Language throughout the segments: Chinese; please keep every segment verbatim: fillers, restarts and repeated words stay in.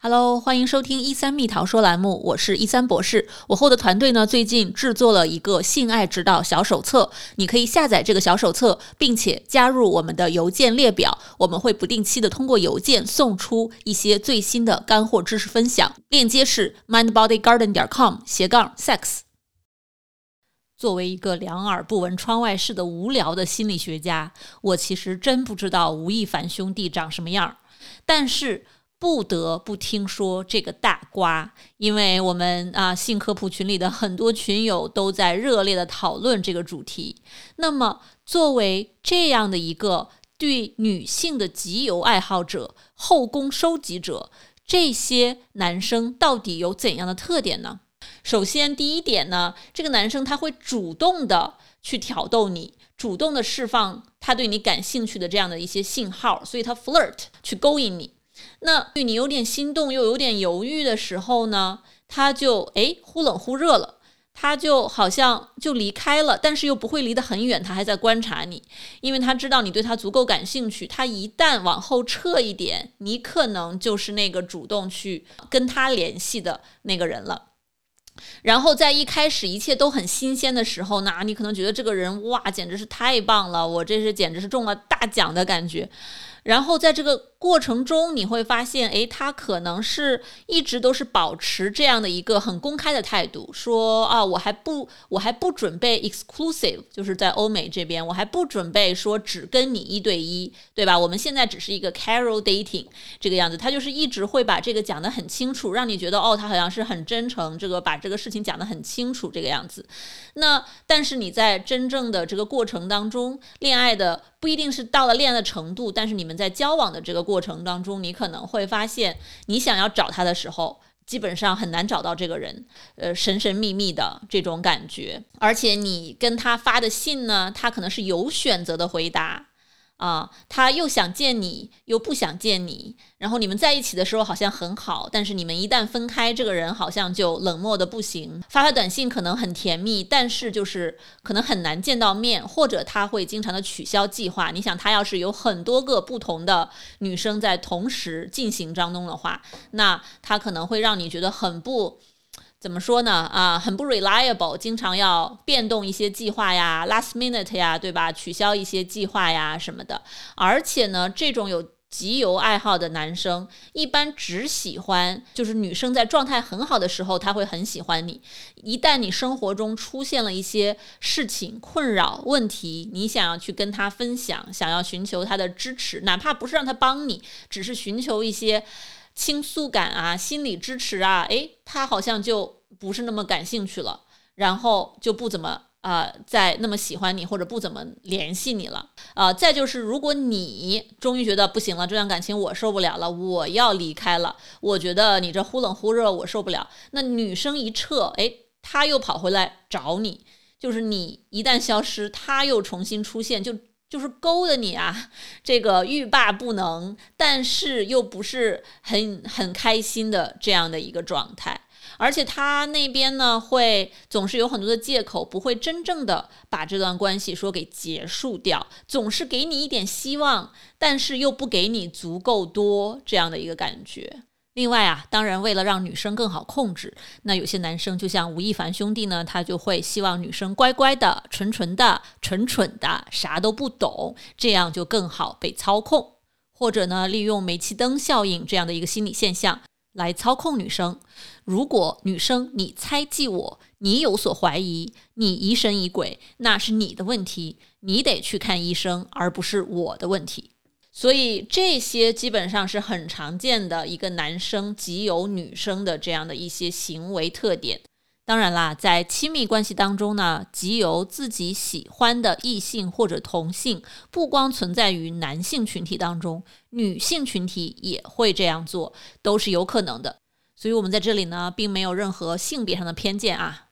Hello， 欢迎收听一三蜜桃说栏目，我是一三博士。我后的团队呢，最近制作了一个性爱指导小手册，你可以下载这个小手册，并且加入我们的邮件列表，我们会不定期的通过邮件送出一些最新的干货知识分享。链接是 mindbodygarden 点 com 斜杠 sex。作为一个两耳不闻窗外事的无聊的心理学家，我其实真不知道吴亦凡兄弟长什么样，但是不得不听说这个大瓜，因为我们啊性科普群里的很多群友都在热烈的讨论这个主题。那么作为这样的一个对女性的集邮爱好者、后宫收集者，这些男生到底有怎样的特点呢？首先第一点呢，这个男生他会主动的去挑逗你，主动的释放他对你感兴趣的这样的一些信号，所以他 flirt 去勾引你。那对你有点心动又有点犹豫的时候呢，他就诶忽冷忽热了，他就好像就离开了，但是又不会离得很远，他还在观察你，因为他知道你对他足够感兴趣，他一旦往后撤一点，你可能就是那个主动去跟他联系的那个人了。然后在一开始一切都很新鲜的时候呢，你可能觉得这个人哇简直是太棒了，我这是简直是中了大奖的感觉。然后在这个过程中你会发现，诶，他可能是一直都是保持这样的一个很公开的态度，说啊，我还不我还不准备 exclusive， 就是在欧美这边，我还不准备说只跟你一对一，对吧？我们现在只是一个 casual dating 这个样子，他就是一直会把这个讲得很清楚，让你觉得哦，他好像是很真诚，这个把这个事情讲得很清楚这个样子。那但是你在真正的这个过程当中，恋爱的不一定是到了恋爱的程度，但是你们在交往的这个过程当中，你可能会发现你想要找他的时候基本上很难找到这个人，呃，神神秘秘的这种感觉。而且你跟他发的信呢，他可能是有选择的回答啊，他又想见你又不想见你，然后你们在一起的时候好像很好，但是你们一旦分开，这个人好像就冷漠的不行，发发短信可能很甜蜜，但是就是可能很难见到面，或者他会经常的取消计划。你想他要是有很多个不同的女生在同时进行当中的话，那他可能会让你觉得很不怎么说呢啊，很不 reliable， 经常要变动一些计划呀 last minute 呀，对吧？取消一些计划呀什么的。而且呢，这种有集邮爱好的男生一般只喜欢就是女生在状态很好的时候他会很喜欢你，一旦你生活中出现了一些事情困扰问题，你想要去跟他分享，想要寻求他的支持，哪怕不是让他帮你，只是寻求一些倾诉感啊，心理支持啊，诶，他好像就不是那么感兴趣了，然后就不怎么呃再那么喜欢你，或者不怎么联系你了。呃，再就是如果你终于觉得不行了，这段感情我受不了了，我要离开了，我觉得你这忽冷忽热我受不了，那女生一撤，诶，他又跑回来找你，就是你一旦消失，他又重新出现，就就是勾的你啊，这个欲罢不能，但是又不是很很开心的这样的一个状态。而且他那边呢，会总是有很多的借口，不会真正的把这段关系说给结束掉，总是给你一点希望，但是又不给你足够多这样的一个感觉。另外啊，当然为了让女生更好控制，那有些男生就像吴亦凡兄弟呢，他就会希望女生乖乖的、纯纯的、蠢蠢的，啥都不懂，这样就更好被操控。或者呢，利用煤气灯效应这样的一个心理现象来操控女生。如果女生你猜忌我，你有所怀疑，你疑神疑鬼，那是你的问题，你得去看医生，而不是我的问题。所以这些基本上是很常见的一个男生集邮女生的这样的一些行为特点。当然啦，在亲密关系当中呢，集邮自己喜欢的异性或者同性不光存在于男性群体当中，女性群体也会这样做，都是有可能的。所以我们在这里呢并没有任何性别上的偏见啊。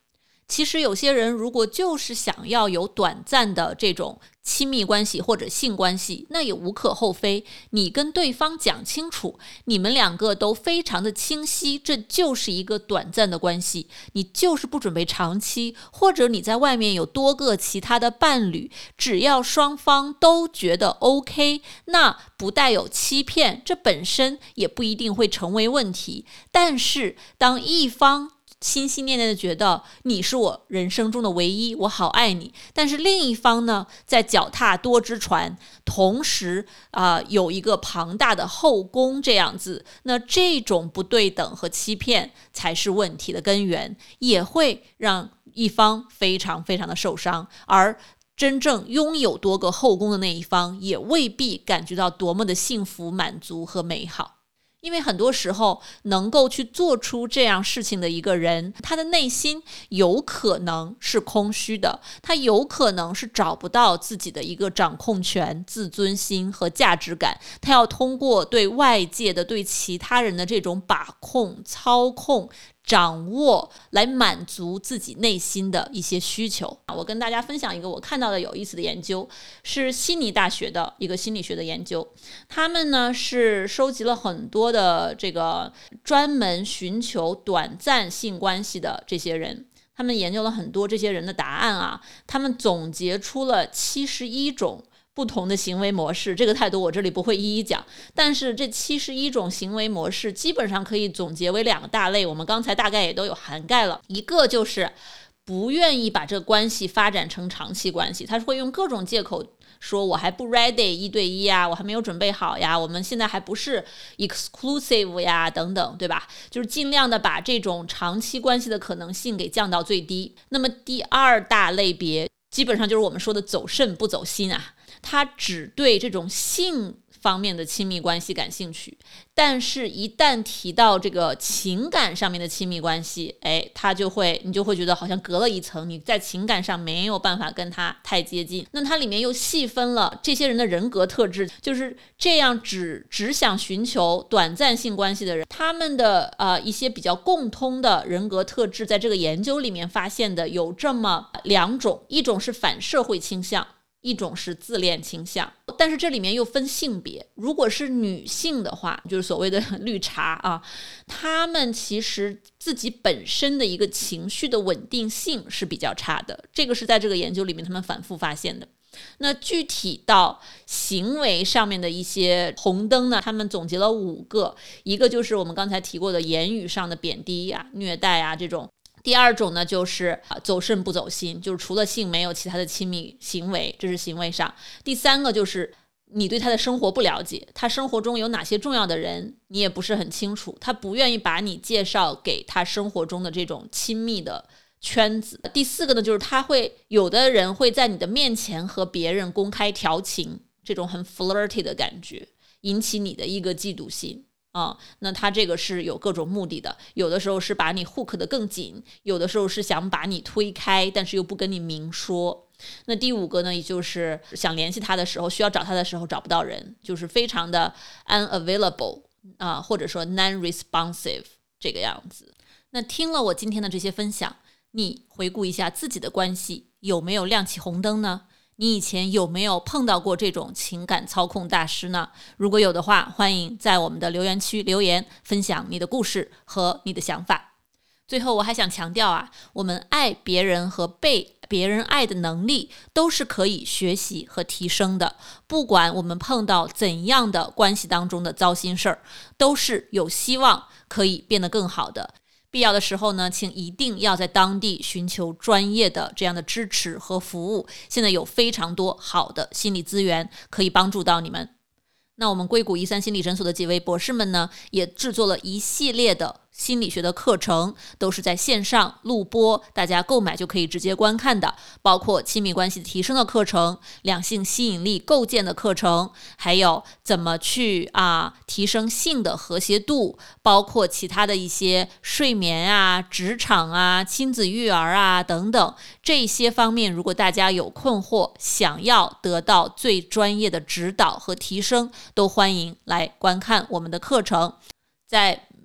其实有些人如果就是想要有短暂的这种亲密关系或者性关系，那也无可厚非。你跟对方讲清楚，你们两个都非常的清晰，这就是一个短暂的关系，你就是不准备长期，或者你在外面有多个其他的伴侣，只要双方都觉得 OK， 那不带有欺骗，这本身也不一定会成为问题。但是当一方心心念念的觉得你是我人生中的唯一，我好爱你，但是另一方呢在脚踏多只船，同时、呃、有一个庞大的后宫这样子，那这种不对等和欺骗才是问题的根源，也会让一方非常非常的受伤，而真正拥有多个后宫的那一方也未必感觉到多么的幸福满足和美好。因为很多时候能够去做出这样事情的一个人，他的内心有可能是空虚的，他有可能是找不到自己的一个掌控权、自尊心和价值感，他要通过对外界的、对其他人的这种把控、操控、掌握来满足自己内心的一些需求。我跟大家分享一个我看到的有意思的研究，是悉尼大学的一个心理学的研究。他们呢是收集了很多的这个专门寻求短暂性关系的这些人，他们研究了很多这些人的答案啊，他们总结出了七十一种不同的行为模式，这个太多我这里不会一一讲，但是这七十一种行为模式基本上可以总结为两个大类，我们刚才大概也都有涵盖了。一个就是不愿意把这个关系发展成长期关系，他是会用各种借口说我还不 ready 一对一呀，我还没有准备好呀，我们现在还不是 exclusive 呀等等，对吧？就是尽量的把这种长期关系的可能性给降到最低。那么第二大类别基本上就是我们说的走肾不走心啊，他只对这种性方面的亲密关系感兴趣，但是一旦提到这个情感上面的亲密关系，哎，他就会你就会觉得好像隔了一层，你在情感上没有办法跟他太接近。那它里面又细分了这些人的人格特质，就是这样只只想寻求短暂性关系的人，他们的呃一些比较共通的人格特质，在这个研究里面发现的有这么两种，一种是反社会倾向，一种是自恋倾向，但是这里面又分性别。如果是女性的话，就是所谓的绿茶啊，她们其实自己本身的一个情绪的稳定性是比较差的，这个是在这个研究里面他们反复发现的。那具体到行为上面的一些红灯呢，他们总结了五个，一个就是我们刚才提过的言语上的贬低啊、虐待啊这种。第二种呢就是走肾不走心，就是除了性没有其他的亲密行为，这是行为上。第三个就是你对他的生活不了解，他生活中有哪些重要的人你也不是很清楚，他不愿意把你介绍给他生活中的这种亲密的圈子。第四个呢就是他会有的人会在你的面前和别人公开调情，这种很 flirty 的感觉，引起你的一个嫉妒心啊、嗯，那他这个是有各种目的的，有的时候是把你 hook 得更紧，有的时候是想把你推开，但是又不跟你明说。那第五个呢，也就是想联系他的时候，需要找他的时候找不到人，就是非常的 unavailable 啊、呃，或者说 non-responsive 这个样子。那听了我今天的这些分享，你回顾一下自己的关系，有没有亮起红灯呢？你以前有没有碰到过这种情感操控大师呢？如果有的话，欢迎在我们的留言区留言，分享你的故事和你的想法。最后我还想强调啊，我们爱别人和被别人爱的能力都是可以学习和提升的，不管我们碰到怎样的关系当中的糟心事儿，都是有希望可以变得更好的。必要的时候呢，请一定要在当地寻求专业的这样的支持和服务，现在有非常多好的心理资源可以帮助到你们。那我们硅谷一三心理诊所的几位博士们呢，也制作了一系列的心理学的课程，都是在线上录播，大家购买就可以直接观看的，包括亲密关系提升的课程、两性吸引力构建的课程，还有怎么去啊提升性的和谐度，包括其他的一些睡眠啊、职场啊、亲子育儿啊等等，这些方面如果大家有困惑，想要得到最专业的指导和提升，都欢迎来观看我们的课程。在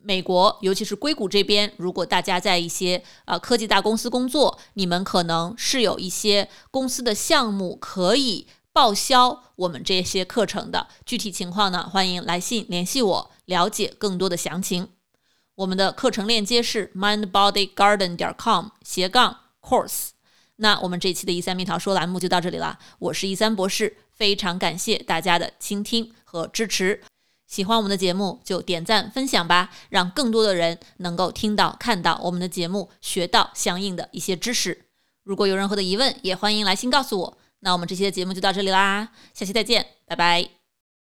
美国尤其是硅谷这边，如果大家在一些呃科技大公司工作，你们可能是有一些公司的项目可以报销我们这些课程的，具体情况呢，欢迎来信联系我，了解更多的详情。我们的课程链接是 mindbodygarden 点 com 斜杠 course。那我们这期的一三蜜桃说栏目就到这里了，我是一三博士，非常感谢大家的倾听和支持。喜欢我们的节目就点赞分享吧，让更多的人能够听到看到我们的节目，学到相应的一些知识。如果有任何的疑问，也欢迎来信告诉我。那我们这期的节目就到这里啦，下期再见，拜拜。